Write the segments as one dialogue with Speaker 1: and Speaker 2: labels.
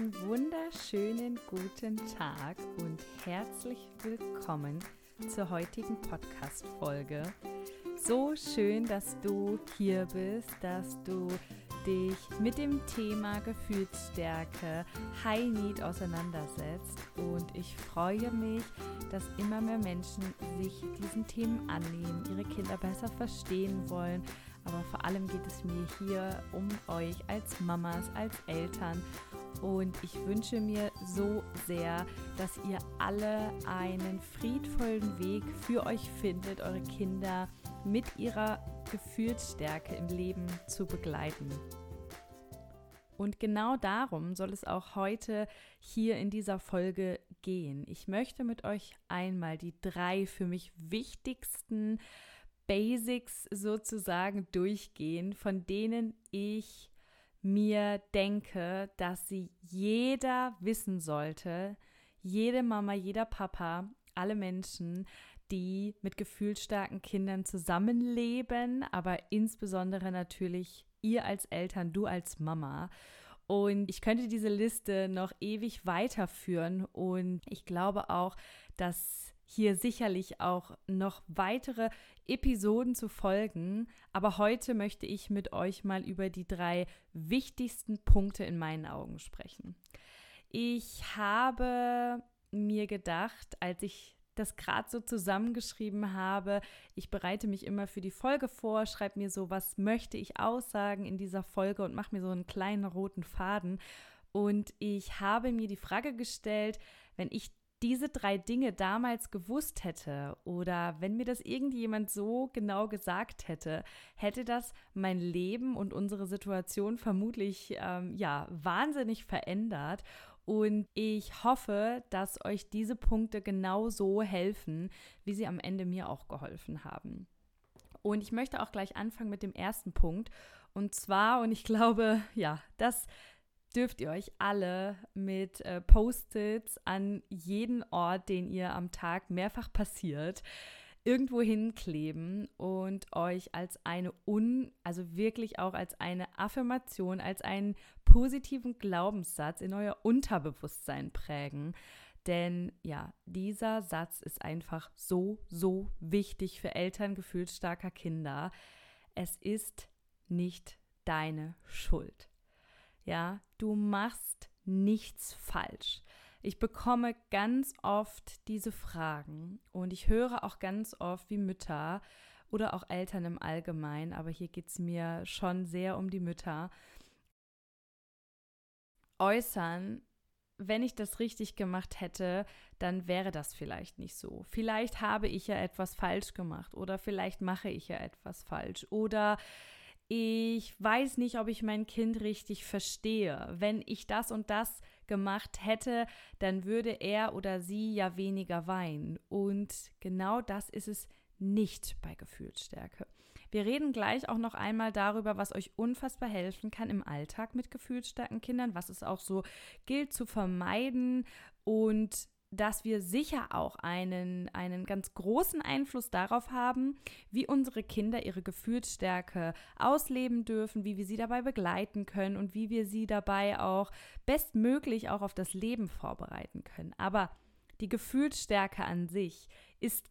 Speaker 1: Einen wunderschönen guten Tag und herzlich willkommen zur heutigen Podcast-Folge. So schön, dass du hier bist, dass du dich mit dem Thema Gefühlsstärke, High Need auseinandersetzt, und ich freue mich, dass immer mehr Menschen sich diesen Themen annehmen, ihre Kinder besser verstehen wollen, aber vor allem geht es mir hier um euch als Mamas, als Eltern, und ich wünsche mir so sehr, dass ihr alle einen friedvollen Weg für euch findet, eure Kinder mit ihrer Gefühlsstärke im Leben zu begleiten. Und genau darum soll es auch heute hier in dieser Folge gehen. Ich möchte mit euch einmal die 3 für mich wichtigsten Basics sozusagen durchgehen, von denen ich mir denke, dass sie jeder wissen sollte, jede Mama, jeder Papa, alle Menschen, die mit gefühlsstarken Kindern zusammenleben, aber insbesondere natürlich ihr als Eltern, du als Mama. Und ich könnte diese Liste noch ewig weiterführen, und ich glaube auch, dass hier sicherlich auch noch weitere Episoden zu folgen. Aber heute möchte ich mit euch mal über die 3 wichtigsten Punkte in meinen Augen sprechen. Ich habe mir gedacht, als ich das gerade so zusammengeschrieben habe, ich bereite mich immer für die Folge vor, schreibe mir so, was möchte ich aussagen in dieser Folge, und mache mir so einen kleinen roten Faden. Und ich habe mir die Frage gestellt, wenn ich diese 3 Dinge damals gewusst hätte oder wenn mir das irgendjemand so genau gesagt hätte, hätte das mein Leben und unsere Situation vermutlich wahnsinnig verändert. Und ich hoffe, dass euch diese Punkte genauso helfen, wie sie am Ende mir auch geholfen haben. Und ich möchte auch gleich anfangen mit dem ersten Punkt. Und zwar, und ich glaube, das dürft ihr euch alle mit Post-its an jeden Ort, den ihr am Tag mehrfach passiert, irgendwo hinkleben und euch als wirklich auch als eine Affirmation, als einen positiven Glaubenssatz in euer Unterbewusstsein prägen. Denn dieser Satz ist einfach so, so wichtig für Eltern gefühlsstarker Kinder. Es ist nicht deine Schuld. Ja, du machst nichts falsch. Ich bekomme ganz oft diese Fragen, und ich höre auch ganz oft, wie Mütter oder auch Eltern im Allgemeinen, aber hier geht es mir schon sehr um die Mütter, äußern: Wenn ich das richtig gemacht hätte, dann wäre das vielleicht nicht so. Vielleicht habe ich ja etwas falsch gemacht, oder vielleicht mache ich ja etwas falsch, oder ich weiß nicht, ob ich mein Kind richtig verstehe. Wenn ich das und das gemacht hätte, dann würde er oder sie ja weniger weinen. Und genau das ist es nicht bei Gefühlsstärke. Wir reden gleich auch noch einmal darüber, was euch unfassbar helfen kann im Alltag mit gefühlsstarken Kindern, was es auch so gilt zu vermeiden, und dass wir sicher auch einen ganz großen Einfluss darauf haben, wie unsere Kinder ihre Gefühlsstärke ausleben dürfen, wie wir sie dabei begleiten können und wie wir sie dabei auch bestmöglich auch auf das Leben vorbereiten können. Aber die Gefühlsstärke an sich ist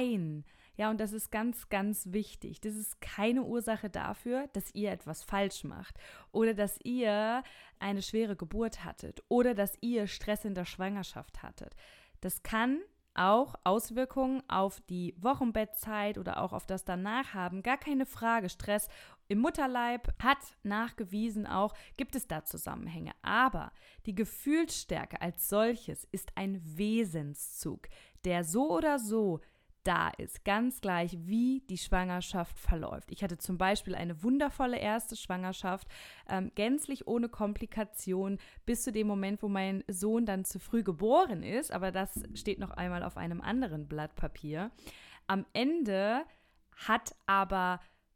Speaker 1: und das ist ganz, ganz wichtig, das ist keine Ursache dafür, dass ihr etwas falsch macht oder dass ihr eine schwere Geburt hattet oder dass ihr Stress in der Schwangerschaft hattet. Das kann auch Auswirkungen auf die Wochenbettzeit oder auch auf das danach haben, gar keine Frage. Stress im Mutterleib hat nachgewiesen auch, gibt es da Zusammenhänge. Aber die Gefühlsstärke als solches ist ein Wesenszug, der so oder so da ist, ganz gleich, wie die Schwangerschaft verläuft. Ich hatte zum Beispiel eine wundervolle erste Schwangerschaft, gänzlich ohne Komplikation, bis zu dem Moment, wo mein Sohn dann zu früh geboren ist, aber das steht noch einmal auf einem anderen Blatt Papier. Am Ende hat aber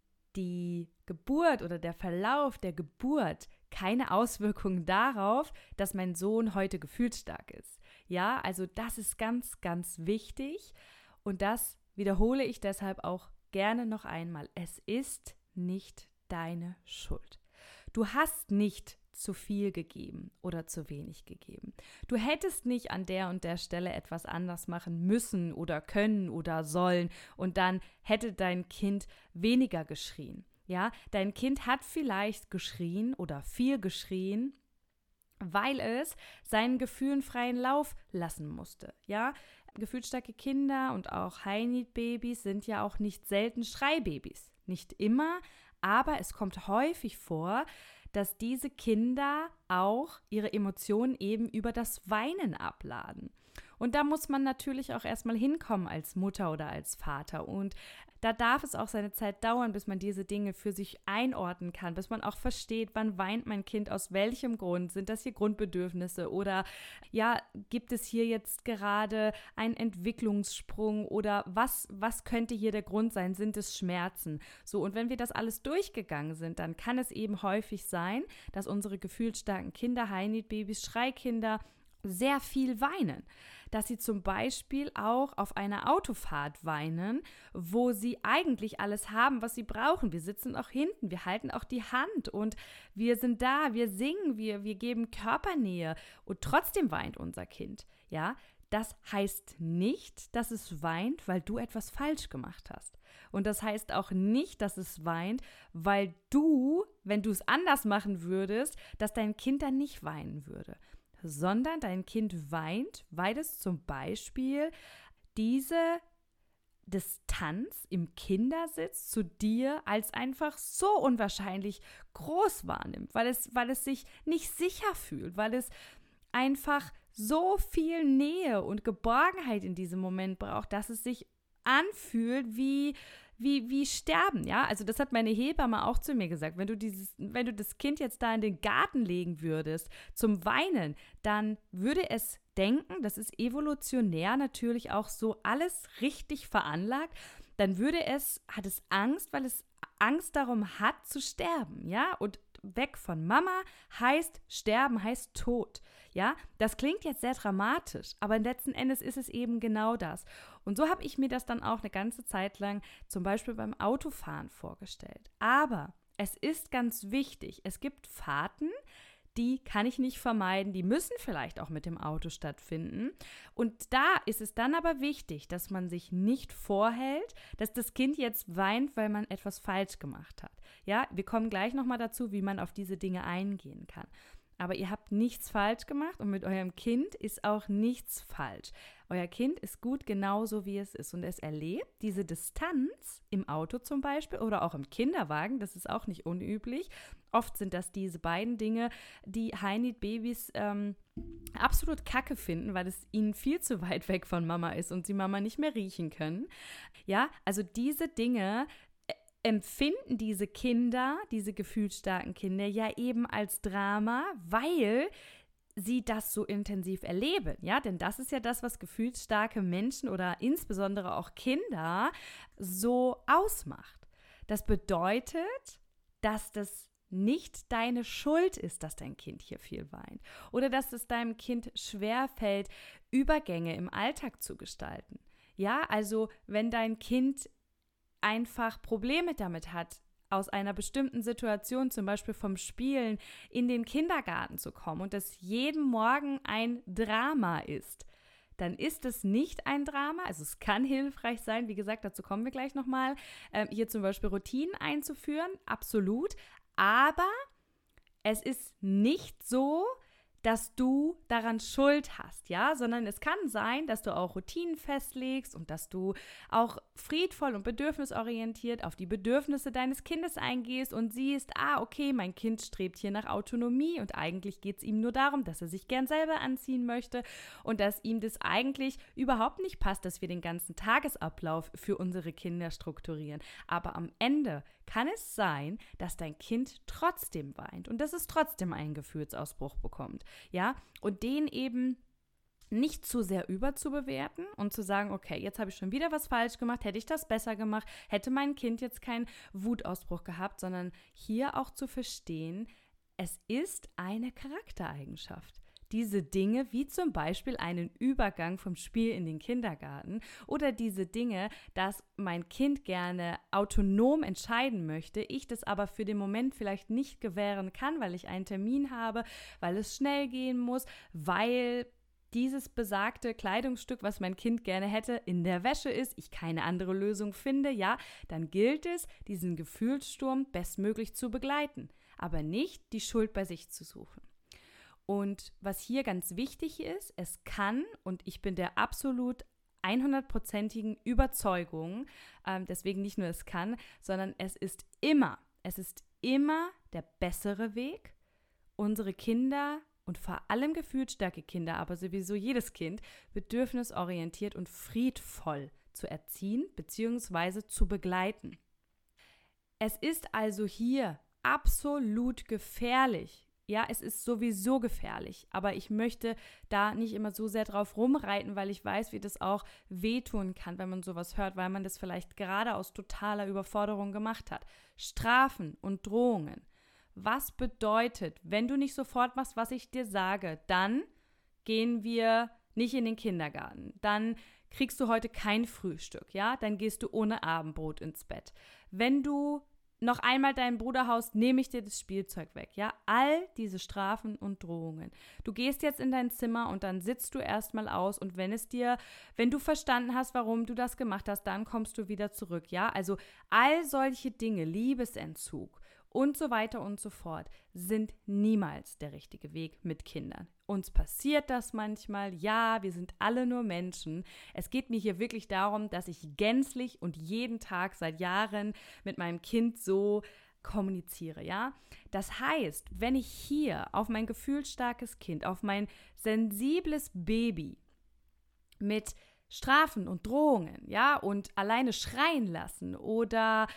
Speaker 1: die Geburt oder der Verlauf der Geburt keine Auswirkungen darauf, dass mein Sohn heute gefühlsstark ist. Ja, also das ist ganz, ganz wichtig. Und das wiederhole ich deshalb auch gerne noch einmal. Es ist nicht deine Schuld. Du hast nicht zu viel gegeben oder zu wenig gegeben. Du hättest nicht an der und der Stelle etwas anders machen müssen oder können oder sollen und dann hätte dein Kind weniger geschrien. Ja, dein Kind hat vielleicht geschrien oder viel geschrien, weil es seinen Gefühlen freien Lauf lassen musste. Ja, gefühlsstarke Kinder und auch High-Need-Babys sind ja auch nicht selten Schreibabys. Nicht immer, aber es kommt häufig vor, dass diese Kinder auch ihre Emotionen eben über das Weinen abladen. Und da muss man natürlich auch erstmal hinkommen als Mutter oder als Vater. Und da darf es auch seine Zeit dauern, bis man diese Dinge für sich einordnen kann, bis man auch versteht, wann weint mein Kind, aus welchem Grund, sind das hier Grundbedürfnisse oder ja, gibt es hier jetzt gerade einen Entwicklungssprung oder was könnte hier der Grund sein, sind es Schmerzen? So, und wenn wir das alles durchgegangen sind, dann kann es eben häufig sein, dass unsere gefühlsstarken Kinder, High-Need-Babys, Schreikinder sehr viel weinen. Dass sie zum Beispiel auch auf einer Autofahrt weinen, wo sie eigentlich alles haben, was sie brauchen. Wir sitzen auch hinten, wir halten auch die Hand und wir sind da, wir singen, wir geben Körpernähe und trotzdem weint unser Kind. Ja, das heißt nicht, dass es weint, weil du etwas falsch gemacht hast. Und das heißt auch nicht, dass es weint, weil du, wenn du es anders machen würdest, dass dein Kind dann nicht weinen würde. Sondern dein Kind weint, weil es zum Beispiel diese Distanz im Kindersitz zu dir als einfach so unwahrscheinlich groß wahrnimmt, weil es sich nicht sicher fühlt, weil es einfach so viel Nähe und Geborgenheit in diesem Moment braucht, dass es sich anfühlt wie sterben, ja, also das hat meine Hebamme auch zu mir gesagt, wenn du das Kind jetzt da in den Garten legen würdest zum Weinen, dann würde es denken, das ist evolutionär natürlich auch so alles richtig veranlagt, dann hat es Angst, weil es Angst darum hat zu sterben, ja, und weg von Mama heißt sterben, heißt Tod. Ja, das klingt jetzt sehr dramatisch, aber letzten Endes ist es eben genau das. Und so habe ich mir das dann auch eine ganze Zeit lang zum Beispiel beim Autofahren vorgestellt. Aber es ist ganz wichtig, es gibt Fahrten, die kann ich nicht vermeiden, die müssen vielleicht auch mit dem Auto stattfinden. Und da ist es dann aber wichtig, dass man sich nicht vorhält, dass das Kind jetzt weint, weil man etwas falsch gemacht hat. Ja, wir kommen gleich nochmal dazu, wie man auf diese Dinge eingehen kann. Aber ihr habt nichts falsch gemacht und mit eurem Kind ist auch nichts falsch. Euer Kind ist gut genauso, wie es ist und es erlebt diese Distanz im Auto zum Beispiel oder auch im Kinderwagen, das ist auch nicht unüblich. Oft sind das diese beiden Dinge, die High-Need-Babys absolut kacke finden, weil es ihnen viel zu weit weg von Mama ist und sie Mama nicht mehr riechen können. Ja, also diese Dinge empfinden diese Kinder, diese gefühlsstarken Kinder ja eben als Drama, weil sie das so intensiv erleben, ja, denn das ist ja das, was gefühlsstarke Menschen oder insbesondere auch Kinder so ausmacht. Das bedeutet, dass das nicht deine Schuld ist, dass dein Kind hier viel weint oder dass es deinem Kind schwerfällt, Übergänge im Alltag zu gestalten. Ja, also wenn dein Kind einfach Probleme damit hat, aus einer bestimmten Situation, zum Beispiel vom Spielen, in den Kindergarten zu kommen und das jeden Morgen ein Drama ist, dann ist es nicht ein Drama. Also es kann hilfreich sein, wie gesagt, dazu kommen wir gleich nochmal, hier zum Beispiel Routinen einzuführen, absolut, aber es ist nicht so, dass du daran Schuld hast, ja, sondern es kann sein, dass du auch Routinen festlegst und dass du auch friedvoll und bedürfnisorientiert auf die Bedürfnisse deines Kindes eingehst und siehst, okay, mein Kind strebt hier nach Autonomie und eigentlich geht es ihm nur darum, dass er sich gern selber anziehen möchte und dass ihm das eigentlich überhaupt nicht passt, dass wir den ganzen Tagesablauf für unsere Kinder strukturieren. Aber am Ende kann es sein, dass dein Kind trotzdem weint und dass es trotzdem einen Gefühlsausbruch bekommt. Ja, und den eben nicht zu sehr überzubewerten und zu sagen, okay, jetzt habe ich schon wieder was falsch gemacht, hätte ich das besser gemacht, hätte mein Kind jetzt keinen Wutausbruch gehabt, sondern hier auch zu verstehen, es ist eine Charaktereigenschaft. diese Dinge, wie zum Beispiel einen Übergang vom Spiel in den Kindergarten oder diese Dinge, dass mein Kind gerne autonom entscheiden möchte, ich das aber für den Moment vielleicht nicht gewähren kann, weil ich einen Termin habe, weil es schnell gehen muss, weil dieses besagte Kleidungsstück, was mein Kind gerne hätte, in der Wäsche ist, ich keine andere Lösung finde, ja, dann gilt es, diesen Gefühlssturm bestmöglich zu begleiten, aber nicht die Schuld bei sich zu suchen. Und was hier ganz wichtig ist, es kann, und ich bin der absolut 100%igen Überzeugung, deswegen nicht nur es kann, sondern es ist immer der bessere Weg, unsere Kinder und vor allem gefühlsstarke Kinder, aber sowieso jedes Kind, bedürfnisorientiert und friedvoll zu erziehen bzw. zu begleiten. Es ist also hier absolut gefährlich. Ja, es ist sowieso gefährlich, aber ich möchte da nicht immer so sehr drauf rumreiten, weil ich weiß, wie das auch wehtun kann, wenn man sowas hört, weil man das vielleicht gerade aus totaler Überforderung gemacht hat. Strafen und Drohungen. Was bedeutet, wenn du nicht sofort machst, was ich dir sage, dann gehen wir nicht in den Kindergarten. Dann kriegst du heute kein Frühstück, ja? Dann gehst du ohne Abendbrot ins Bett. Wenn du noch einmal deinen Bruder haust, nehme ich dir das Spielzeug weg, ja? All diese Strafen und Drohungen. Du gehst jetzt in dein Zimmer und dann sitzt du erstmal aus und wenn du verstanden hast, warum du das gemacht hast, dann kommst du wieder zurück, ja? Also all solche Dinge, Liebesentzug und so weiter und so fort, sind niemals der richtige Weg mit Kindern. Uns passiert das manchmal, ja, wir sind alle nur Menschen. Es geht mir hier wirklich darum, dass ich gänzlich und jeden Tag seit Jahren mit meinem Kind so kommuniziere, ja. Das heißt, wenn ich hier auf mein gefühlsstarkes Kind, auf mein sensibles Baby mit Strafen und Drohungen, ja, und alleine schreien lassen oder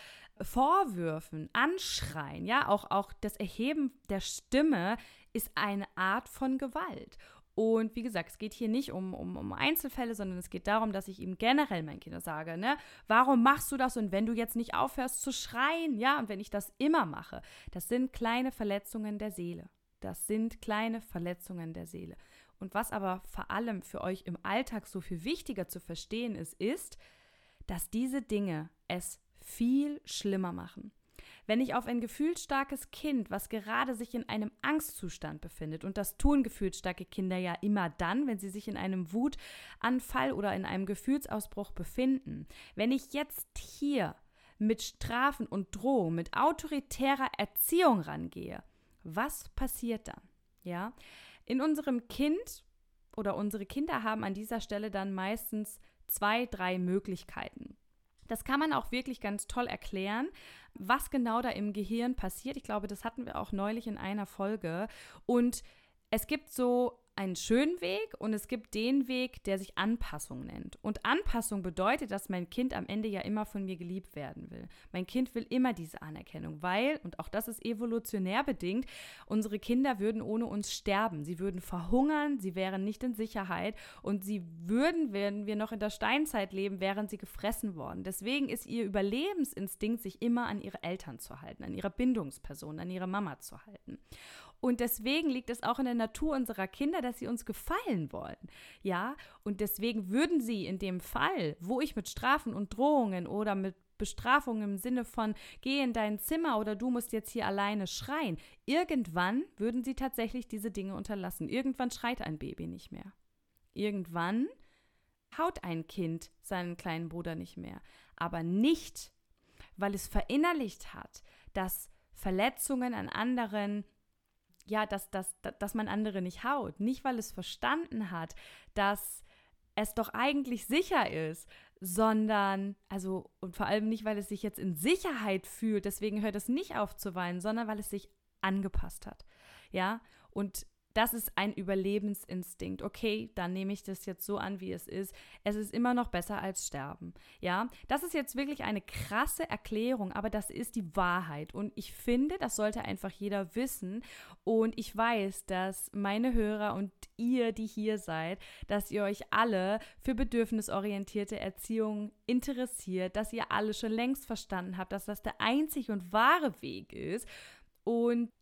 Speaker 1: Vorwürfen, Anschreien, ja, auch das Erheben der Stimme ist eine Art von Gewalt. Und wie gesagt, es geht hier nicht um Einzelfälle, sondern es geht darum, dass ich eben generell meinen Kindern sage, ne, warum machst du das? Und wenn du jetzt nicht aufhörst zu schreien, ja, und wenn ich das immer mache, das sind kleine Verletzungen der Seele. Das sind kleine Verletzungen der Seele. Und was aber vor allem für euch im Alltag so viel wichtiger zu verstehen ist, dass diese Dinge es viel schlimmer machen. Wenn ich auf ein gefühlsstarkes Kind, was gerade sich in einem Angstzustand befindet, und das tun gefühlsstarke Kinder ja immer dann, wenn sie sich in einem Wutanfall oder in einem Gefühlsausbruch befinden, wenn ich jetzt hier mit Strafen und Drohungen, mit autoritärer Erziehung rangehe, was passiert dann? Ja, in unserem Kind oder unsere Kinder haben an dieser Stelle dann meistens 2, 3 Möglichkeiten. Das kann man auch wirklich ganz toll erklären, was genau da im Gehirn passiert. Ich glaube, das hatten wir auch neulich in einer Folge. Und es gibt so einen schönen Weg und es gibt den Weg, der sich Anpassung nennt. Und Anpassung bedeutet, dass mein Kind am Ende ja immer von mir geliebt werden will. Mein Kind will immer diese Anerkennung, weil, und auch das ist evolutionär bedingt, unsere Kinder würden ohne uns sterben. Sie würden verhungern, sie wären nicht in Sicherheit und sie würden, wenn wir noch in der Steinzeit leben, wären sie gefressen worden. Deswegen ist ihr Überlebensinstinkt, sich immer an ihre Eltern zu halten, an ihre Bindungsperson, an ihre Mama zu halten. Und deswegen liegt es auch in der Natur unserer Kinder, dass sie uns gefallen wollen, ja, und deswegen würden sie in dem Fall, wo ich mit Strafen und Drohungen oder mit Bestrafung im Sinne von geh in dein Zimmer oder du musst jetzt hier alleine schreien, irgendwann würden sie tatsächlich diese Dinge unterlassen. Irgendwann schreit ein Baby nicht mehr. Irgendwann haut ein Kind seinen kleinen Bruder nicht mehr, aber nicht, weil es verinnerlicht hat, dass Verletzungen an anderen, ja, dass man andere nicht haut. Nicht, weil es verstanden hat, dass es doch eigentlich sicher ist, sondern, und vor allem nicht, weil es sich jetzt in Sicherheit fühlt, deswegen hört es nicht auf zu weinen, sondern weil es sich angepasst hat. Ja, und das ist ein Überlebensinstinkt. Okay, dann nehme ich das jetzt so an, wie es ist. Es ist immer noch besser als sterben. Ja, das ist jetzt wirklich eine krasse Erklärung, aber das ist die Wahrheit. Und ich finde, das sollte einfach jeder wissen. Und ich weiß, dass meine Hörer und ihr, die hier seid, dass ihr euch alle für bedürfnisorientierte Erziehung interessiert, dass ihr alle schon längst verstanden habt, dass das der einzig und wahre Weg ist. Und ich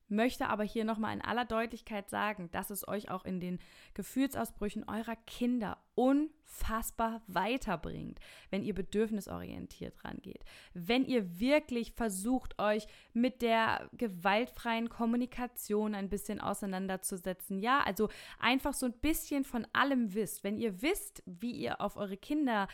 Speaker 1: möchte aber hier nochmal in aller Deutlichkeit sagen, dass es euch auch in den Gefühlsausbrüchen eurer Kinder unfassbar weiterbringt, wenn ihr bedürfnisorientiert rangeht. Wenn ihr wirklich versucht, euch mit der gewaltfreien Kommunikation ein bisschen auseinanderzusetzen. Ja, also einfach so ein bisschen von allem wisst. Wenn ihr wisst, wie ihr eure Kinder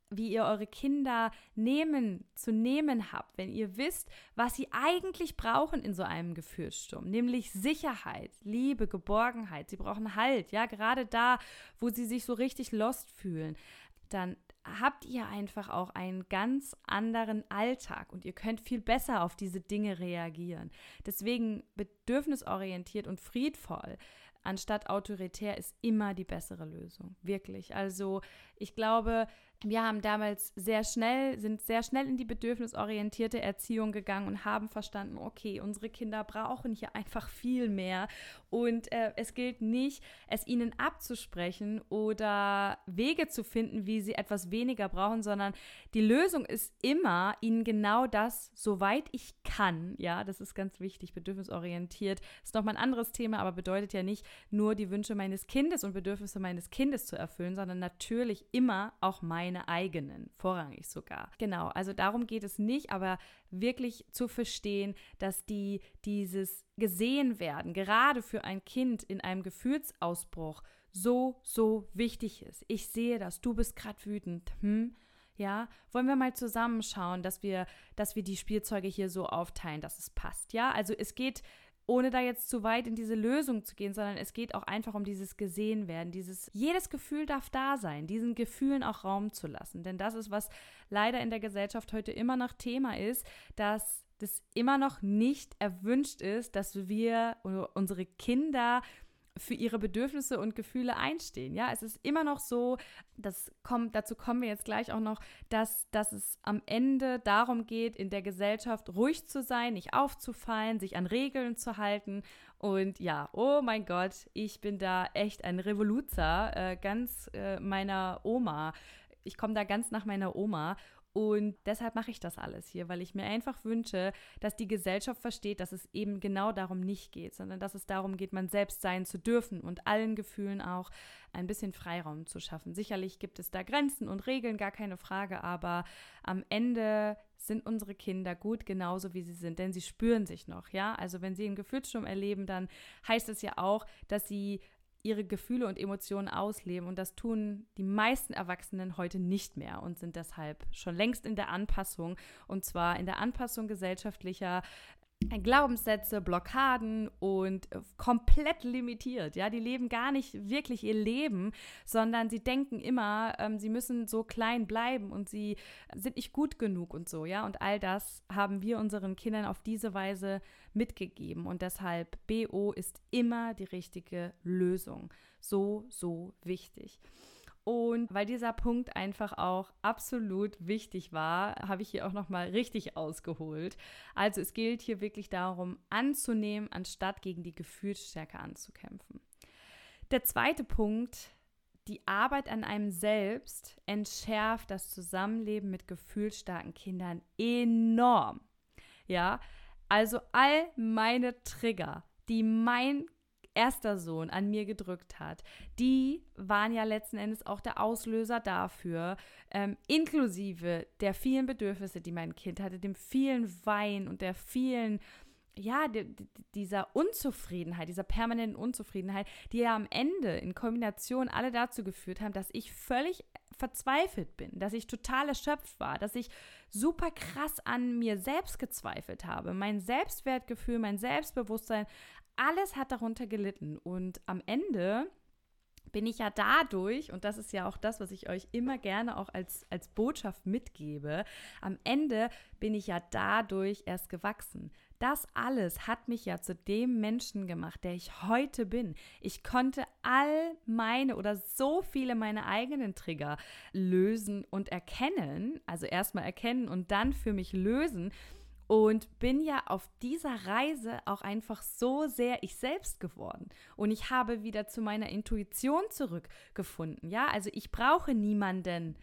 Speaker 1: zu nehmen habt, wenn ihr wisst, was sie eigentlich brauchen in so einem Gefühlssturm, nämlich Sicherheit, Liebe, Geborgenheit, sie brauchen Halt, ja, gerade da, wo sie sich so richtig lost fühlen, dann habt ihr einfach auch einen ganz anderen Alltag und ihr könnt viel besser auf diese Dinge reagieren. Deswegen bedürfnisorientiert und friedvoll anstatt autoritär ist immer die bessere Lösung, wirklich. Also ich glaube, wir haben damals sind sehr schnell in die bedürfnisorientierte Erziehung gegangen und haben verstanden, okay, unsere Kinder brauchen hier einfach viel mehr und es gilt nicht, es ihnen abzusprechen oder Wege zu finden, wie sie etwas weniger brauchen, sondern die Lösung ist immer, ihnen genau das, soweit ich kann, ja, das ist ganz wichtig, bedürfnisorientiert, ist nochmal ein anderes Thema, aber bedeutet ja nicht nur die Wünsche meines Kindes und Bedürfnisse meines Kindes zu erfüllen, sondern natürlich immer auch meine eigenen, vorrangig sogar. Genau, also darum geht es nicht, aber wirklich zu verstehen, dass dieses gesehen werden, gerade für ein Kind in einem Gefühlsausbruch, so wichtig ist. Ich sehe das, du bist gerade wütend, ja, wollen wir mal zusammenschauen, dass wir die Spielzeuge hier so aufteilen, dass es passt, ja, also es geht, ohne da jetzt zu weit in diese Lösung zu gehen, sondern es geht auch einfach um dieses Gesehen-Werden, jedes Gefühl darf da sein, diesen Gefühlen auch Raum zu lassen, denn das ist, was leider in der Gesellschaft heute immer noch Thema ist, dass das immer noch nicht erwünscht ist, dass wir unsere Kinder für ihre Bedürfnisse und Gefühle einstehen. Ja, es ist immer noch so, dazu kommen wir jetzt gleich auch noch, dass es am Ende darum geht, in der Gesellschaft ruhig zu sein, nicht aufzufallen, sich an Regeln zu halten. Und ja, oh mein Gott, ich bin da echt ein Revoluzer, meiner Oma. Ich komme da ganz nach meiner Oma. Und deshalb mache ich das alles hier, weil ich mir einfach wünsche, dass die Gesellschaft versteht, dass es eben genau darum nicht geht, sondern dass es darum geht, man selbst sein zu dürfen und allen Gefühlen auch ein bisschen Freiraum zu schaffen. Sicherlich gibt es da Grenzen und Regeln, gar keine Frage, aber am Ende sind unsere Kinder gut genauso, wie sie sind, denn sie spüren sich noch, ja? Also wenn sie einen Gefühlssturm erleben, dann heißt es ja auch, dass sie ihre Gefühle und Emotionen ausleben und das tun die meisten Erwachsenen heute nicht mehr und sind deshalb schon längst in der Anpassung und zwar in der Anpassung gesellschaftlicher Glaubenssätze, Blockaden und komplett limitiert. Ja, die leben gar nicht wirklich ihr Leben, sondern sie denken immer, sie müssen so klein bleiben und sie sind nicht gut genug und so. Ja, und all das haben wir unseren Kindern auf diese Weise mitgegeben und deshalb BO ist immer die richtige Lösung. So wichtig. Und weil dieser Punkt einfach auch absolut wichtig war, habe ich hier auch nochmal richtig ausgeholt. Also es gilt hier wirklich darum, anzunehmen, anstatt gegen die Gefühlsstärke anzukämpfen. Der zweite Punkt, die Arbeit an einem selbst entschärft das Zusammenleben mit gefühlsstarken Kindern enorm. Ja, also all meine Trigger, die mein erster Sohn an mir gedrückt hat, die waren ja letzten Endes auch der Auslöser dafür, inklusive der vielen Bedürfnisse, die mein Kind hatte, dem vielen Wein und der vielen, ja, dieser Unzufriedenheit, dieser permanenten Unzufriedenheit, die ja am Ende in Kombination alle dazu geführt haben, dass ich völlig verzweifelt bin, dass ich total erschöpft war, dass ich super krass an mir selbst gezweifelt habe. Mein Selbstwertgefühl, mein Selbstbewusstsein, alles hat darunter gelitten und am Ende bin ich ja dadurch, und das ist ja auch das, was ich euch immer gerne auch als Botschaft mitgebe, am Ende bin ich ja dadurch erst gewachsen. Das alles hat mich ja zu dem Menschen gemacht, der ich heute bin. Ich konnte all meine oder so viele meine eigenen Trigger lösen und erkennen, also erstmal erkennen und dann für mich lösen. Und bin ja auf dieser Reise auch einfach so sehr ich selbst geworden. Und ich habe wieder zu meiner Intuition zurückgefunden. Ja, also ich brauche niemanden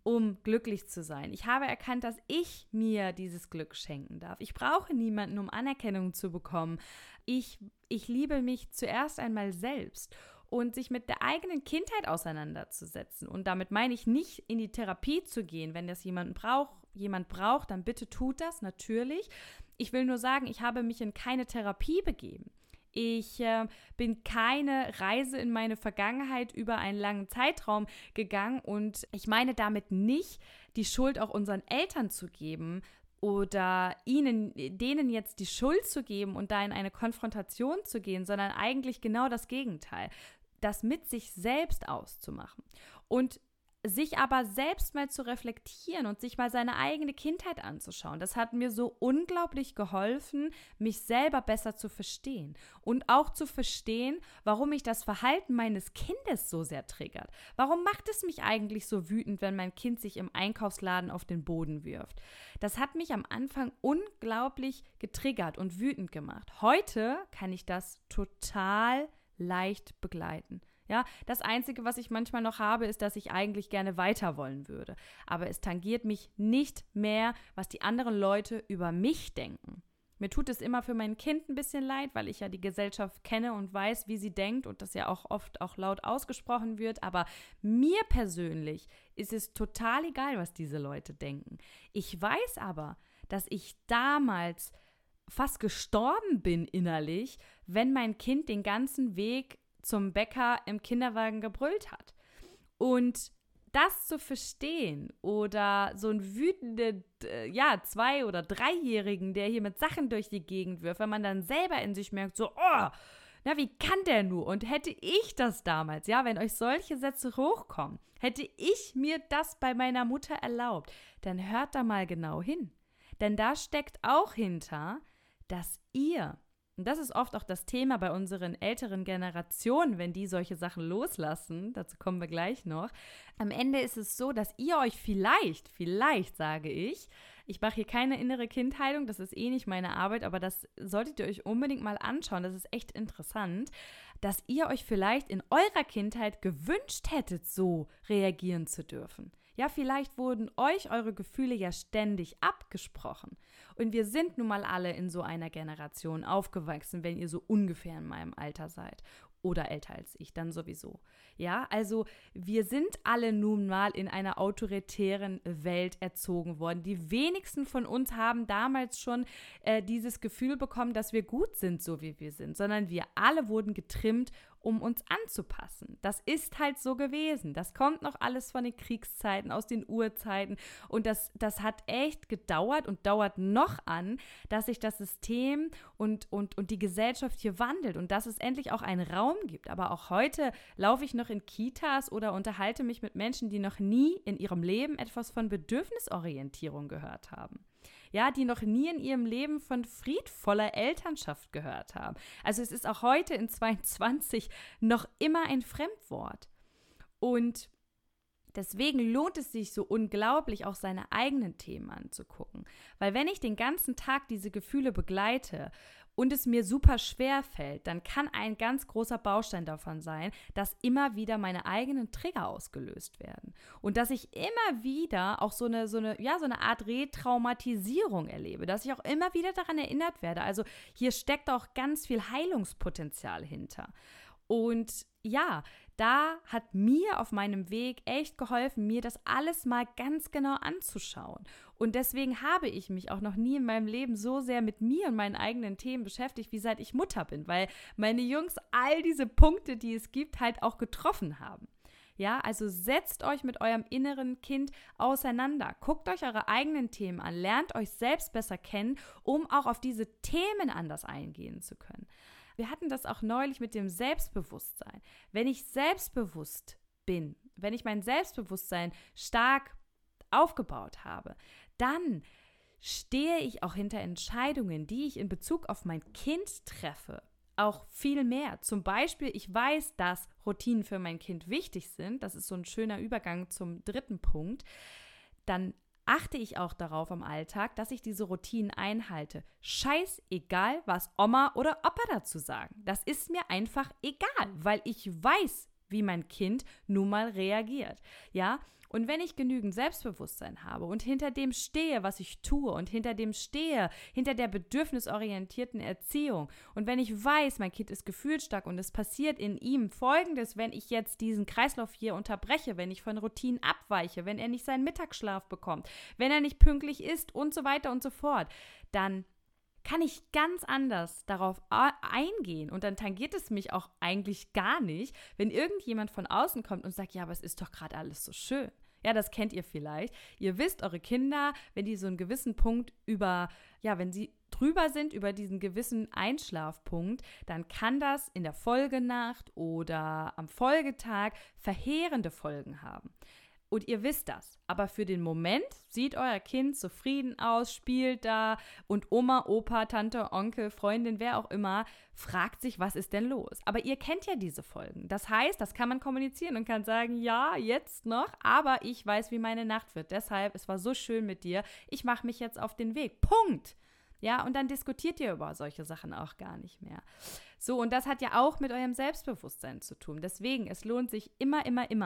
Speaker 1: um glücklich zu sein. Ich habe erkannt, dass ich mir dieses Glück schenken darf. Ich brauche niemanden, um Anerkennung zu bekommen. Ich liebe mich zuerst einmal selbst. Und sich mit der eigenen Kindheit auseinanderzusetzen. Und damit meine ich nicht, in die Therapie zu gehen. Wenn das jemand braucht, dann bitte tut das, natürlich. Ich will nur sagen, ich habe mich in keine Therapie begeben. Ich bin keine Reise in meine Vergangenheit über einen langen Zeitraum gegangen. Und ich meine damit nicht, die Schuld auch unseren Eltern zu geben, oder denen jetzt die Schuld zu geben und da in eine Konfrontation zu gehen, sondern eigentlich genau das Gegenteil. Das mit sich selbst auszumachen und sich aber selbst mal zu reflektieren und sich mal seine eigene Kindheit anzuschauen. Das hat mir so unglaublich geholfen, mich selber besser zu verstehen und auch zu verstehen, warum mich das Verhalten meines Kindes so sehr triggert. Warum macht es mich eigentlich so wütend, wenn mein Kind sich im Einkaufsladen auf den Boden wirft? Das hat mich am Anfang unglaublich getriggert und wütend gemacht. Heute kann ich das total leicht begleiten. Ja, das Einzige, was ich manchmal noch habe, ist, dass ich eigentlich gerne weiter wollen würde. Aber es tangiert mich nicht mehr, was die anderen Leute über mich denken. Mir tut es immer für mein Kind ein bisschen leid, weil ich ja die Gesellschaft kenne und weiß, wie sie denkt und das ja auch oft auch laut ausgesprochen wird. Aber mir persönlich ist es total egal, was diese Leute denken. Ich weiß aber, dass ich damals fast gestorben bin innerlich, wenn mein Kind den ganzen Weg zum Bäcker im Kinderwagen gebrüllt hat. Und das zu verstehen oder so einen wütenden, 2- oder 3-Jährigen, der hier mit Sachen durch die Gegend wirft, wenn man dann selber in sich merkt, so, wie kann der nur? Und hätte ich das damals, wenn euch solche Sätze hochkommen, hätte ich mir das bei meiner Mutter erlaubt, dann hört da mal genau hin. Denn da steckt auch hinter, dass ihr, und das ist oft auch das Thema bei unseren älteren Generationen, wenn die solche Sachen loslassen, dazu kommen wir gleich noch, am Ende ist es so, dass ihr euch vielleicht sage ich mache hier keine innere Kindheilung, das ist nicht meine Arbeit, aber das solltet ihr euch unbedingt mal anschauen, das ist echt interessant, dass ihr euch vielleicht in eurer Kindheit gewünscht hättet, so reagieren zu dürfen. Ja, vielleicht wurden euch eure Gefühle ja ständig abgesprochen. Und wir sind nun mal alle in so einer Generation aufgewachsen, wenn ihr so ungefähr in meinem Alter seid. Oder älter als ich, dann sowieso. Ja, also wir sind alle nun mal in einer autoritären Welt erzogen worden. Die wenigsten von uns haben damals schon dieses Gefühl bekommen, dass wir gut sind, so wie wir sind, sondern wir alle wurden getrimmt, um uns anzupassen. Das ist halt so gewesen. Das kommt noch alles von den Kriegszeiten, aus den Urzeiten. Und das hat echt gedauert und dauert noch an, dass sich das System und die Gesellschaft hier wandelt und dass es endlich auch einen Raum gibt. Aber auch heute laufe ich noch in Kitas oder unterhalte mich mit Menschen, die noch nie in ihrem Leben etwas von Bedürfnisorientierung gehört haben. Ja, die noch nie in ihrem Leben von friedvoller Elternschaft gehört haben. Also es ist auch heute in 2022 noch immer ein Fremdwort. Und deswegen lohnt es sich so unglaublich, auch seine eigenen Themen anzugucken. Weil wenn ich den ganzen Tag diese Gefühle begleite und es mir super schwer fällt, dann kann ein ganz großer Baustein davon sein, dass immer wieder meine eigenen Trigger ausgelöst werden. Und dass ich immer wieder auch so eine Art Retraumatisierung erlebe, dass ich auch immer wieder daran erinnert werde. Also hier steckt auch ganz viel Heilungspotenzial hinter. Und ja, da hat mir auf meinem Weg echt geholfen, mir das alles mal ganz genau anzuschauen. Und deswegen habe ich mich auch noch nie in meinem Leben so sehr mit mir und meinen eigenen Themen beschäftigt, wie seit ich Mutter bin, weil meine Jungs all diese Punkte, die es gibt, halt auch getroffen haben. Ja, also setzt euch mit eurem inneren Kind auseinander, guckt euch eure eigenen Themen an, lernt euch selbst besser kennen, um auch auf diese Themen anders eingehen zu können. Wir hatten das auch neulich mit dem Selbstbewusstsein. Wenn ich selbstbewusst bin, wenn ich mein Selbstbewusstsein stark aufgebaut habe, dann stehe ich auch hinter Entscheidungen, die ich in Bezug auf mein Kind treffe, auch viel mehr. Zum Beispiel, ich weiß, dass Routinen für mein Kind wichtig sind. Das ist so ein schöner Übergang zum 3. Punkt. Dann achte ich auch darauf im Alltag, dass ich diese Routinen einhalte. Scheißegal, was Oma oder Opa dazu sagen. Das ist mir einfach egal, weil ich weiß, wie mein Kind nun mal reagiert. Ja, Und wenn ich genügend Selbstbewusstsein habe und hinter dem stehe, was ich tue und hinter dem stehe, hinter der bedürfnisorientierten Erziehung und wenn ich weiß, mein Kind ist gefühlsstark und es passiert in ihm Folgendes, wenn ich jetzt diesen Kreislauf hier unterbreche, wenn ich von Routinen abweiche, wenn er nicht seinen Mittagsschlaf bekommt, wenn er nicht pünktlich isst und so weiter und so fort, dann kann ich ganz anders darauf eingehen und dann tangiert es mich auch eigentlich gar nicht, wenn irgendjemand von außen kommt und sagt, ja, aber es ist doch gerade alles so schön. Ja, das kennt ihr vielleicht. Ihr wisst, eure Kinder, wenn die so einen gewissen Punkt wenn sie drüber sind über diesen gewissen Einschlafpunkt, dann kann das in der Folgenacht oder am Folgetag verheerende Folgen haben. Und ihr wisst das. Aber für den Moment sieht euer Kind zufrieden aus, spielt da und Oma, Opa, Tante, Onkel, Freundin, wer auch immer, fragt sich, was ist denn los? Aber ihr kennt ja diese Folgen. Das heißt, das kann man kommunizieren und kann sagen, ja, jetzt noch, aber ich weiß, wie meine Nacht wird. Deshalb, es war so schön mit dir. Ich mache mich jetzt auf den Weg. Punkt. Ja, und dann diskutiert ihr über solche Sachen auch gar nicht mehr. So, und das hat ja auch mit eurem Selbstbewusstsein zu tun. Deswegen, es lohnt sich immer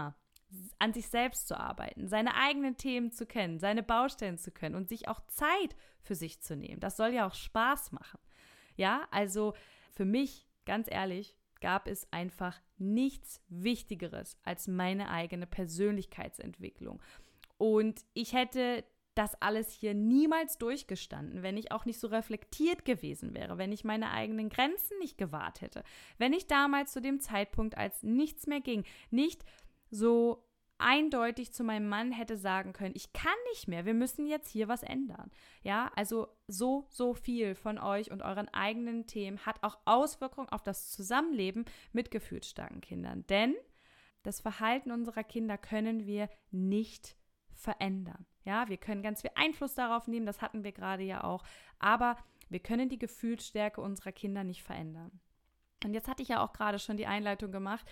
Speaker 1: an sich selbst zu arbeiten, seine eigenen Themen zu kennen, seine Baustellen zu können und sich auch Zeit für sich zu nehmen. Das soll ja auch Spaß machen. Ja, also für mich, ganz ehrlich, gab es einfach nichts Wichtigeres als meine eigene Persönlichkeitsentwicklung. Und ich hätte das alles hier niemals durchgestanden, wenn ich auch nicht so reflektiert gewesen wäre, wenn ich meine eigenen Grenzen nicht gewahrt hätte, wenn ich damals zu dem Zeitpunkt, als nichts mehr ging, nicht so eindeutig zu meinem Mann hätte sagen können, ich kann nicht mehr, wir müssen jetzt hier was ändern. Ja, also so viel von euch und euren eigenen Themen hat auch Auswirkungen auf das Zusammenleben mit gefühlsstarken Kindern. Denn das Verhalten unserer Kinder können wir nicht verändern. Ja, wir können ganz viel Einfluss darauf nehmen, das hatten wir gerade ja auch, aber wir können die Gefühlsstärke unserer Kinder nicht verändern. Und jetzt hatte ich ja auch gerade schon die Einleitung gemacht.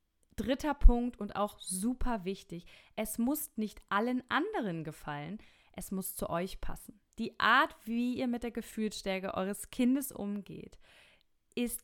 Speaker 1: 3. Punkt und auch super wichtig, es muss nicht allen anderen gefallen, es muss zu euch passen. Die Art, wie ihr mit der Gefühlsstärke eures Kindes umgeht, es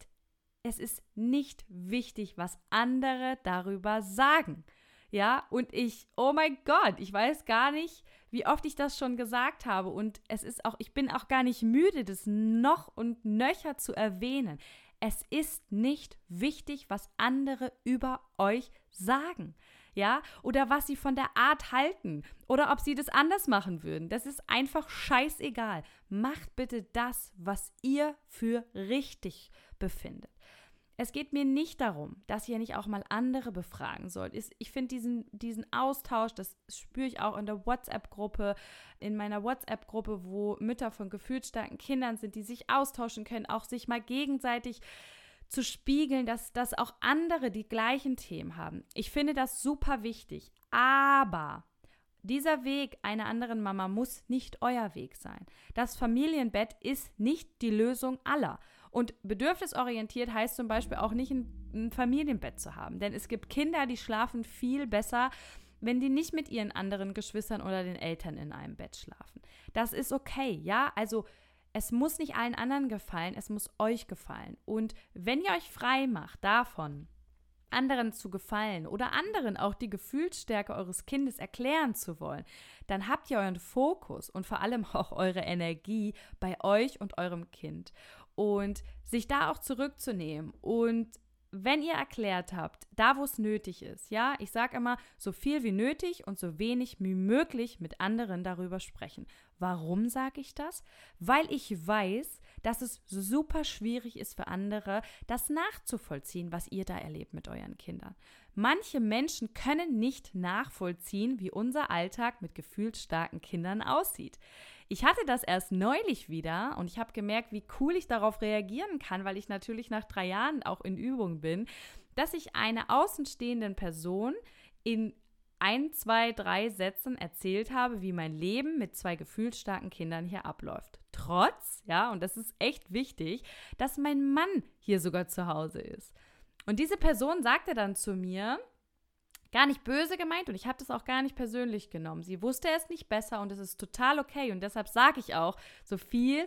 Speaker 1: ist nicht wichtig, was andere darüber sagen. Ja, und oh mein Gott, ich weiß gar nicht, wie oft ich das schon gesagt habe und ich bin auch gar nicht müde, das noch und nöcher zu erwähnen. Es ist nicht wichtig, was andere über euch sagen, ja, oder was sie von der Art halten oder ob sie das anders machen würden. Das ist einfach scheißegal. Macht bitte das, was ihr für richtig befindet. Es geht mir nicht darum, dass ihr nicht auch mal andere befragen sollt. Ich finde diesen Austausch, das spüre ich auch in der WhatsApp-Gruppe, in meiner WhatsApp-Gruppe, wo Mütter von gefühlsstarken Kindern sind, die sich austauschen können, auch sich mal gegenseitig zu spiegeln, dass auch andere die gleichen Themen haben. Ich finde das super wichtig, aber dieser Weg einer anderen Mama muss nicht euer Weg sein. Das Familienbett ist nicht die Lösung aller. Und bedürfnisorientiert heißt zum Beispiel auch nicht, ein Familienbett zu haben. Denn es gibt Kinder, die schlafen viel besser, wenn die nicht mit ihren anderen Geschwistern oder den Eltern in einem Bett schlafen. Das ist okay, ja? Also es muss nicht allen anderen gefallen, es muss euch gefallen. Und wenn ihr euch frei macht davon, anderen zu gefallen oder anderen auch die Gefühlsstärke eures Kindes erklären zu wollen, dann habt ihr euren Fokus und vor allem auch eure Energie bei euch und eurem Kind. Und sich da auch zurückzunehmen und wenn ihr erklärt habt, da wo es nötig ist, ja, ich sage immer, so viel wie nötig und so wenig wie möglich mit anderen darüber sprechen. Warum sage ich das? Weil ich weiß, dass es super schwierig ist für andere, das nachzuvollziehen, was ihr da erlebt mit euren Kindern. Manche Menschen können nicht nachvollziehen, wie unser Alltag mit gefühlsstarken Kindern aussieht. Ich hatte das erst neulich wieder und ich habe gemerkt, wie cool ich darauf reagieren kann, weil ich natürlich nach 3 Jahren auch in Übung bin, dass ich einer außenstehenden Person in 1, 2, 3 Sätzen erzählt habe, wie mein Leben mit 2 gefühlsstarken Kindern hier abläuft. Trotz, ja, und das ist echt wichtig, dass mein Mann hier sogar zu Hause ist. Und diese Person sagte dann zu mir, gar nicht böse gemeint und ich habe das auch gar nicht persönlich genommen. Sie wusste es nicht besser und es ist total okay und deshalb sage ich auch so viel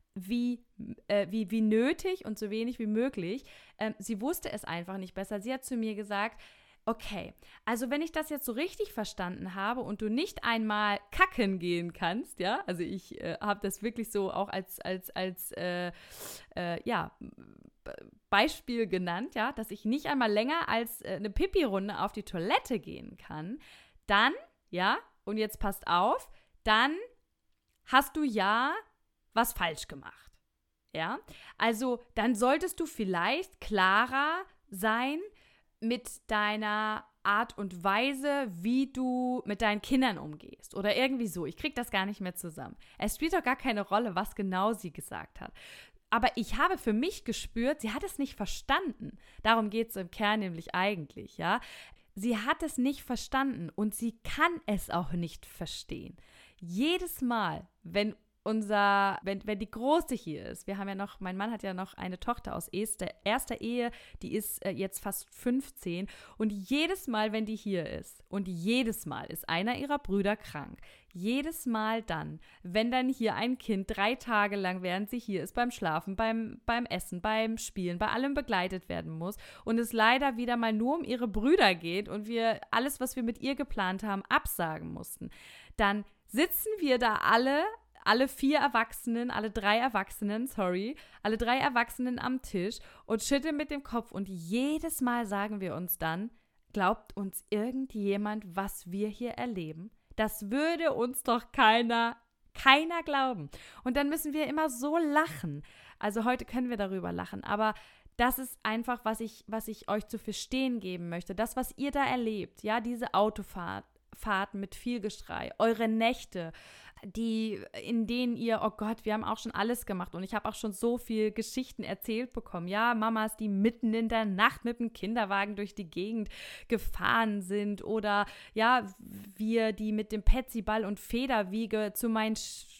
Speaker 1: wie nötig und so wenig wie möglich. Sie wusste es einfach nicht besser. Sie hat zu mir gesagt, Okay, also wenn ich das jetzt so richtig verstanden habe und du nicht einmal kacken gehen kannst, ja, also ich habe das wirklich so auch als Beispiel genannt, ja, dass ich nicht einmal länger als eine Pipi-Runde auf die Toilette gehen kann, dann, ja, und jetzt passt auf, dann hast du ja was falsch gemacht, ja. Also dann solltest du vielleicht klarer sein mit deiner Art und Weise, wie du mit deinen Kindern umgehst oder irgendwie so. Ich kriege das gar nicht mehr zusammen. Es spielt doch gar keine Rolle, was genau sie gesagt hat. Aber ich habe für mich gespürt, sie hat es nicht verstanden. Darum geht es im Kern nämlich eigentlich, ja. Sie hat es nicht verstanden und sie kann es auch nicht verstehen. Jedes Mal, wenn die Große hier ist, mein Mann hat ja noch eine Tochter aus erster Ehe, die ist jetzt fast 15 und jedes Mal, wenn die hier ist und jedes Mal ist einer ihrer Brüder krank, jedes Mal dann, wenn dann hier ein Kind 3 Tage lang, während sie hier ist, beim Schlafen, beim Essen, beim Spielen, bei allem begleitet werden muss und es leider wieder mal nur um ihre Brüder geht und wir alles, was wir mit ihr geplant haben, absagen mussten, dann sitzen wir da alle 3 Erwachsenen am Tisch und schütteln mit dem Kopf und jedes Mal sagen wir uns dann, glaubt uns irgendjemand, was wir hier erleben? Das würde uns doch keiner glauben. Und dann müssen wir immer so lachen. Also heute können wir darüber lachen, aber das ist einfach, was ich euch zu verstehen geben möchte. Das, was ihr da erlebt, ja, diese Autofahrten mit viel Geschrei, eure Nächte, in denen ihr, oh Gott, wir haben auch schon alles gemacht und ich habe auch schon so viel Geschichten erzählt bekommen. Ja, Mamas, die mitten in der Nacht mit dem Kinderwagen durch die Gegend gefahren sind oder ja, wir, die mit dem Petsyball und Federwiege zu meinen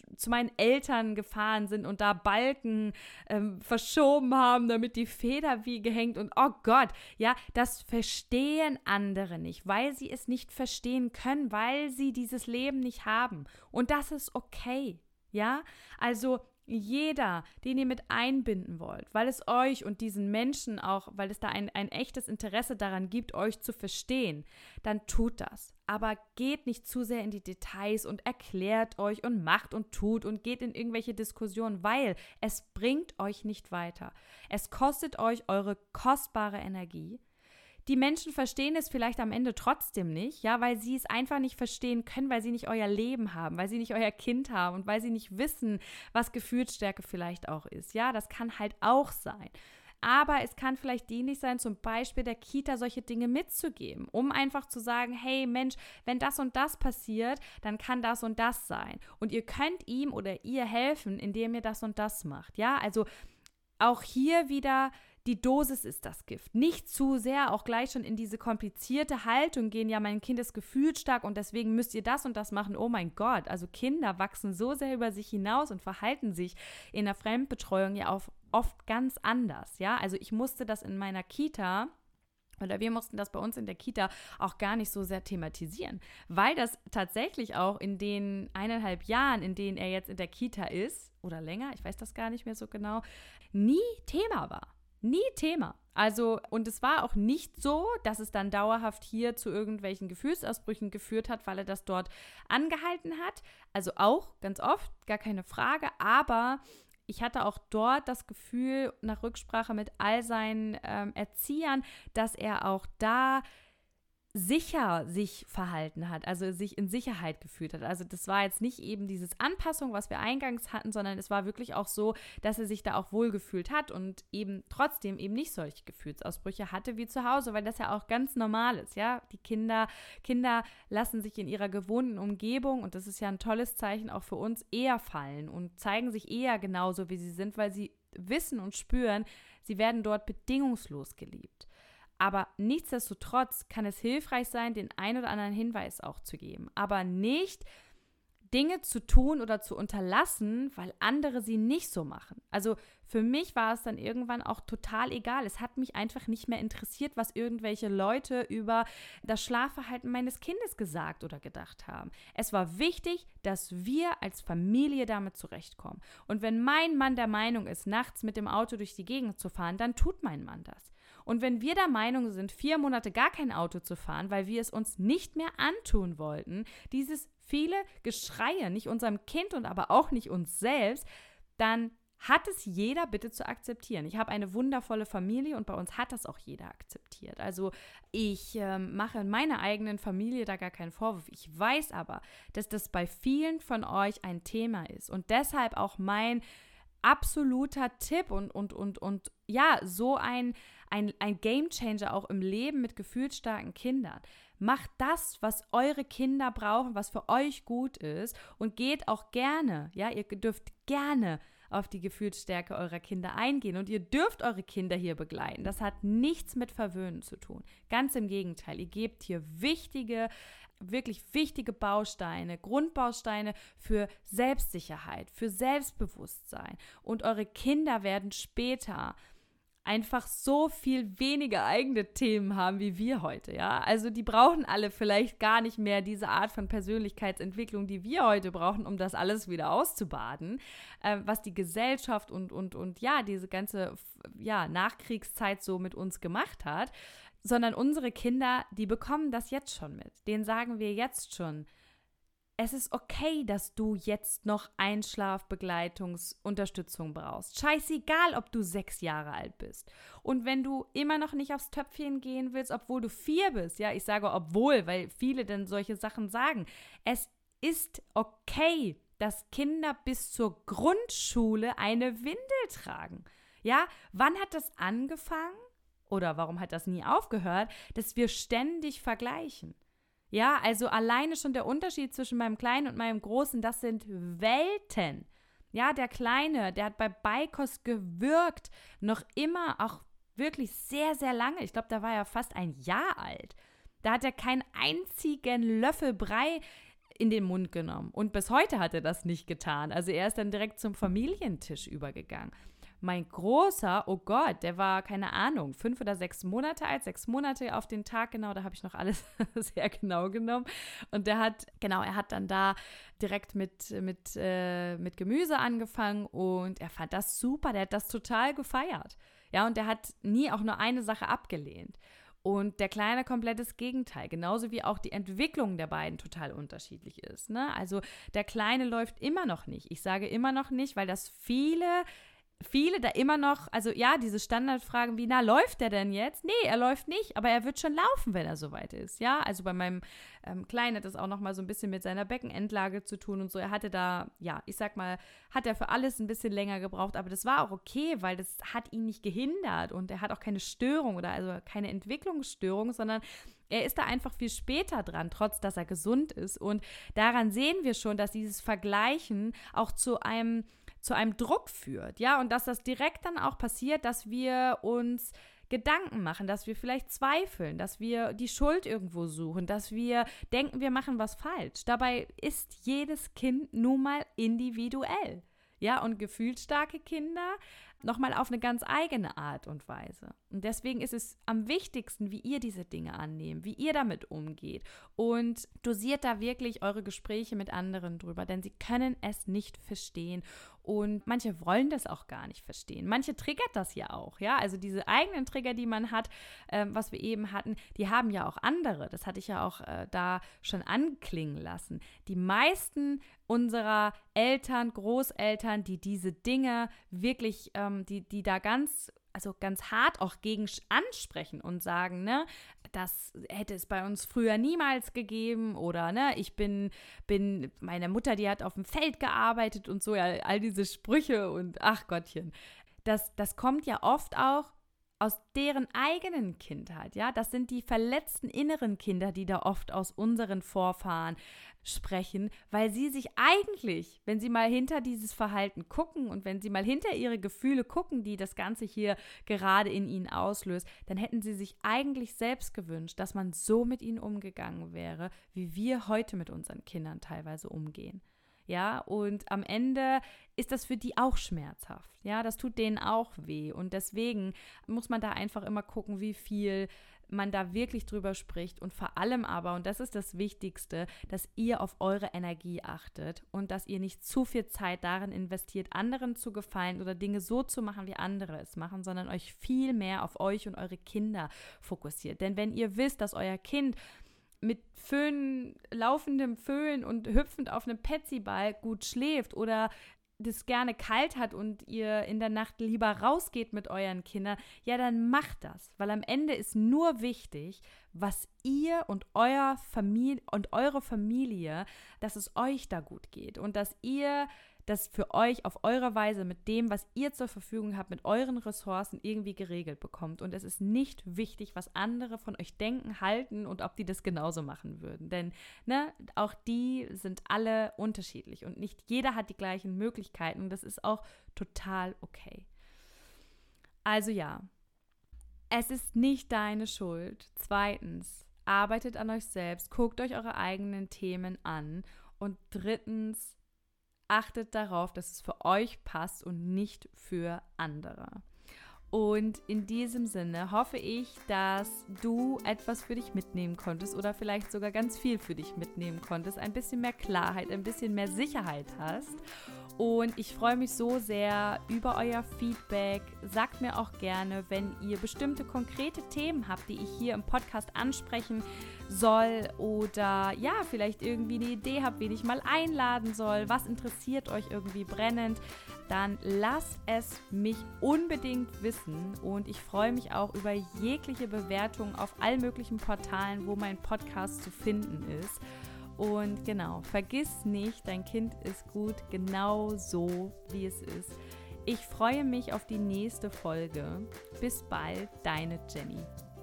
Speaker 1: Eltern gefahren sind und da Balken verschoben haben, damit die Federwiege hängt und oh Gott, ja, das verstehen andere nicht, weil sie es nicht verstehen können, weil sie dieses Leben nicht haben und das ist okay, ja, also jeder, den ihr mit einbinden wollt, weil es euch und diesen Menschen auch, weil es da ein echtes Interesse daran gibt, euch zu verstehen, dann tut das. Aber geht nicht zu sehr in die Details und erklärt euch und macht und tut und geht in irgendwelche Diskussionen, weil es bringt euch nicht weiter. Es kostet euch eure kostbare Energie. Die Menschen verstehen es vielleicht am Ende trotzdem nicht, ja, weil sie es einfach nicht verstehen können, weil sie nicht euer Leben haben, weil sie nicht euer Kind haben und weil sie nicht wissen, was Gefühlsstärke vielleicht auch ist. Ja, das kann halt auch sein. Aber es kann vielleicht dienlich sein, zum Beispiel der Kita solche Dinge mitzugeben, um einfach zu sagen, hey Mensch, wenn das und das passiert, dann kann das und das sein. Und ihr könnt ihm oder ihr helfen, indem ihr das und das macht. Ja, also auch hier wieder, die Dosis ist das Gift. Nicht zu sehr auch gleich schon in diese komplizierte Haltung gehen, ja, mein Kind ist gefühlsstark und deswegen müsst ihr das und das machen. Oh mein Gott, also Kinder wachsen so sehr über sich hinaus und verhalten sich in der Fremdbetreuung ja oft ganz anders, ja. Also ich musste das in meiner Kita oder wir mussten das bei uns in der Kita auch gar nicht so sehr thematisieren, weil das tatsächlich auch in den 1,5 Jahren, in denen er jetzt in der Kita ist, oder länger, ich weiß das gar nicht mehr so genau, nie Thema war. Nie Thema. Also, und es war auch nicht so, dass es dann dauerhaft hier zu irgendwelchen Gefühlsausbrüchen geführt hat, weil er das dort angehalten hat. Also auch ganz oft, gar keine Frage, aber ich hatte auch dort das Gefühl, nach Rücksprache mit all seinen Erziehern, dass er auch da sicher sich verhalten hat, also sich in Sicherheit gefühlt hat. Also das war jetzt nicht eben dieses Anpassung, was wir eingangs hatten, sondern es war wirklich auch so, dass er sich da auch wohl gefühlt hat und eben trotzdem eben nicht solche Gefühlsausbrüche hatte wie zu Hause, weil das ja auch ganz normal ist, ja. Die Kinder lassen sich in ihrer gewohnten Umgebung, und das ist ja ein tolles Zeichen auch für uns, eher fallen und zeigen sich eher genauso, wie sie sind, weil sie wissen und spüren, sie werden dort bedingungslos geliebt. Aber nichtsdestotrotz kann es hilfreich sein, den ein oder anderen Hinweis auch zu geben. Aber nicht Dinge zu tun oder zu unterlassen, weil andere sie nicht so machen. Also für mich war es dann irgendwann auch total egal. Es hat mich einfach nicht mehr interessiert, was irgendwelche Leute über das Schlafverhalten meines Kindes gesagt oder gedacht haben. Es war wichtig, dass wir als Familie damit zurechtkommen. Und wenn mein Mann der Meinung ist, nachts mit dem Auto durch die Gegend zu fahren, dann tut mein Mann das. Und wenn wir der Meinung sind, 4 Monate gar kein Auto zu fahren, weil wir es uns nicht mehr antun wollten, dieses viele Geschreie, nicht unserem Kind und aber auch nicht uns selbst, dann hat es jeder bitte zu akzeptieren. Ich habe eine wundervolle Familie und bei uns hat das auch jeder akzeptiert. Also ich mache in meiner eigenen Familie da gar keinen Vorwurf. Ich weiß aber, dass das bei vielen von euch ein Thema ist und deshalb auch mein absoluter Tipp und ja, so ein Gamechanger auch im Leben mit gefühlsstarken Kindern. Macht das, was eure Kinder brauchen, was für euch gut ist und geht auch gerne, ja, ihr dürft gerne auf die Gefühlsstärke eurer Kinder eingehen und ihr dürft eure Kinder hier begleiten. Das hat nichts mit Verwöhnen zu tun. Ganz im Gegenteil, ihr gebt hier wirklich wichtige Bausteine, Grundbausteine für Selbstsicherheit, für Selbstbewusstsein und eure Kinder werden später einfach so viel weniger eigene Themen haben wie wir heute, ja. Also die brauchen alle vielleicht gar nicht mehr diese Art von Persönlichkeitsentwicklung, die wir heute brauchen, um das alles wieder auszubaden, was die Gesellschaft und ja, diese ganze Nachkriegszeit so mit uns gemacht hat, sondern unsere Kinder, die bekommen das jetzt schon mit. Denen sagen wir jetzt schon, es ist okay, dass du jetzt noch Einschlafbegleitungsunterstützung brauchst. Scheißegal, ob du 6 Jahre alt bist. Und wenn du immer noch nicht aufs Töpfchen gehen willst, obwohl du 4 bist, ja, ich sage obwohl, weil viele dann solche Sachen sagen. Es ist okay, dass Kinder bis zur Grundschule eine Windel tragen. Ja, wann hat das angefangen? Oder warum hat das nie aufgehört, dass wir ständig vergleichen? Ja, also alleine schon der Unterschied zwischen meinem Kleinen und meinem Großen, das sind Welten. Ja, der Kleine, der hat bei Beikost gewirkt, noch immer, auch wirklich sehr, sehr lange. Ich glaube, da war er fast ein Jahr alt. Da hat er keinen einzigen Löffel Brei in den Mund genommen. Und bis heute hat er das nicht getan. Also er ist dann direkt zum Familientisch übergegangen. Mein Großer, oh Gott, der war, keine Ahnung, 5 oder 6 Monate alt, 6 Monate auf den Tag genau, da habe ich noch alles sehr genau genommen. Und er hat dann da direkt mit Gemüse angefangen und er fand das super, der hat das total gefeiert. Ja, und der hat nie auch nur eine Sache abgelehnt. Und der Kleine komplettes Gegenteil, genauso wie auch die Entwicklung der beiden total unterschiedlich ist, ne? Also der Kleine läuft immer noch nicht. Ich sage immer noch nicht, weil das viele da immer noch, also ja, diese Standardfragen wie, läuft der denn jetzt? Nee, er läuft nicht, aber er wird schon laufen, wenn er soweit ist, ja. Also bei meinem Kleinen hat das auch nochmal so ein bisschen mit seiner Beckenendlage zu tun und so. Er hatte da, ja, ich sag mal, hat er für alles ein bisschen länger gebraucht, aber das war auch okay, weil das hat ihn nicht gehindert und er hat auch keine Störung oder also keine Entwicklungsstörung, sondern er ist da einfach viel später dran, trotz dass er gesund ist. Und daran sehen wir schon, dass dieses Vergleichen auch zu einem Druck führt, ja, und dass das direkt dann auch passiert, dass wir uns Gedanken machen, dass wir vielleicht zweifeln, dass wir die Schuld irgendwo suchen, dass wir denken, wir machen was falsch. Dabei ist jedes Kind nun mal individuell, ja, und gefühlsstarke Kinder nochmal auf eine ganz eigene Art und Weise. Und deswegen ist es am wichtigsten, wie ihr diese Dinge annehmt, wie ihr damit umgeht und dosiert da wirklich eure Gespräche mit anderen drüber, denn sie können es nicht verstehen und manche wollen das auch gar nicht verstehen. Manche triggert das ja auch, ja, also diese eigenen Trigger, die man hat, was wir eben hatten, die haben ja auch andere, das hatte ich ja auch da schon anklingen lassen. Die meisten unserer Eltern, Großeltern, die diese Dinge wirklich, die da ganz hart auch gegen ansprechen und sagen, ne, das hätte es bei uns früher niemals gegeben oder, ne, ich bin meine Mutter, die hat auf dem Feld gearbeitet und so, ja, all diese Sprüche und ach Gottchen. Das kommt ja oft auch aus deren eigenen Kindheit, ja, das sind die verletzten inneren Kinder, die da oft aus unseren Vorfahren sprechen, weil sie sich eigentlich, wenn sie mal hinter dieses Verhalten gucken und wenn sie mal hinter ihre Gefühle gucken, die das Ganze hier gerade in ihnen auslöst, dann hätten sie sich eigentlich selbst gewünscht, dass man so mit ihnen umgegangen wäre, wie wir heute mit unseren Kindern teilweise umgehen. Ja, und am Ende ist das für die auch schmerzhaft. Ja, das tut denen auch weh. Und deswegen muss man da einfach immer gucken, wie viel man da wirklich drüber spricht und vor allem aber, und das ist das Wichtigste, dass ihr auf eure Energie achtet und dass ihr nicht zu viel Zeit darin investiert, anderen zu gefallen oder Dinge so zu machen, wie andere es machen, sondern euch viel mehr auf euch und eure Kinder fokussiert. Denn wenn ihr wisst, dass euer Kind mit laufendem Föhn und hüpfend auf einem Petsyball gut schläft oder das gerne kalt hat und ihr in der Nacht lieber rausgeht mit euren Kindern, ja, dann macht das. Weil am Ende ist nur wichtig, was ihr und eure Familie, dass es euch da gut geht und dass ihr das für euch auf eure Weise mit dem, was ihr zur Verfügung habt, mit euren Ressourcen irgendwie geregelt bekommt. Und es ist nicht wichtig, was andere von euch denken, halten und ob die das genauso machen würden. Denn auch die sind alle unterschiedlich und nicht jeder hat die gleichen Möglichkeiten und das ist auch total okay. Also ja, es ist nicht deine Schuld. Zweitens, arbeitet an euch selbst, guckt euch eure eigenen Themen an. Und drittens, achtet darauf, dass es für euch passt und nicht für andere. Und in diesem Sinne hoffe ich, dass du etwas für dich mitnehmen konntest oder vielleicht sogar ganz viel für dich mitnehmen konntest, ein bisschen mehr Klarheit, ein bisschen mehr Sicherheit hast. Und ich freue mich so sehr über euer Feedback. Sagt mir auch gerne, wenn ihr bestimmte konkrete Themen habt, die ich hier im Podcast ansprechen soll oder ja, vielleicht irgendwie eine Idee habt, wen ich mal einladen soll. Was interessiert euch irgendwie brennend? Dann lasst es mich unbedingt wissen und ich freue mich auch über jegliche Bewertungen auf allen möglichen Portalen, wo mein Podcast zu finden ist. Und genau, vergiss nicht, dein Kind ist gut, genau so, wie es ist. Ich freue mich auf die nächste Folge. Bis bald, deine Jenny.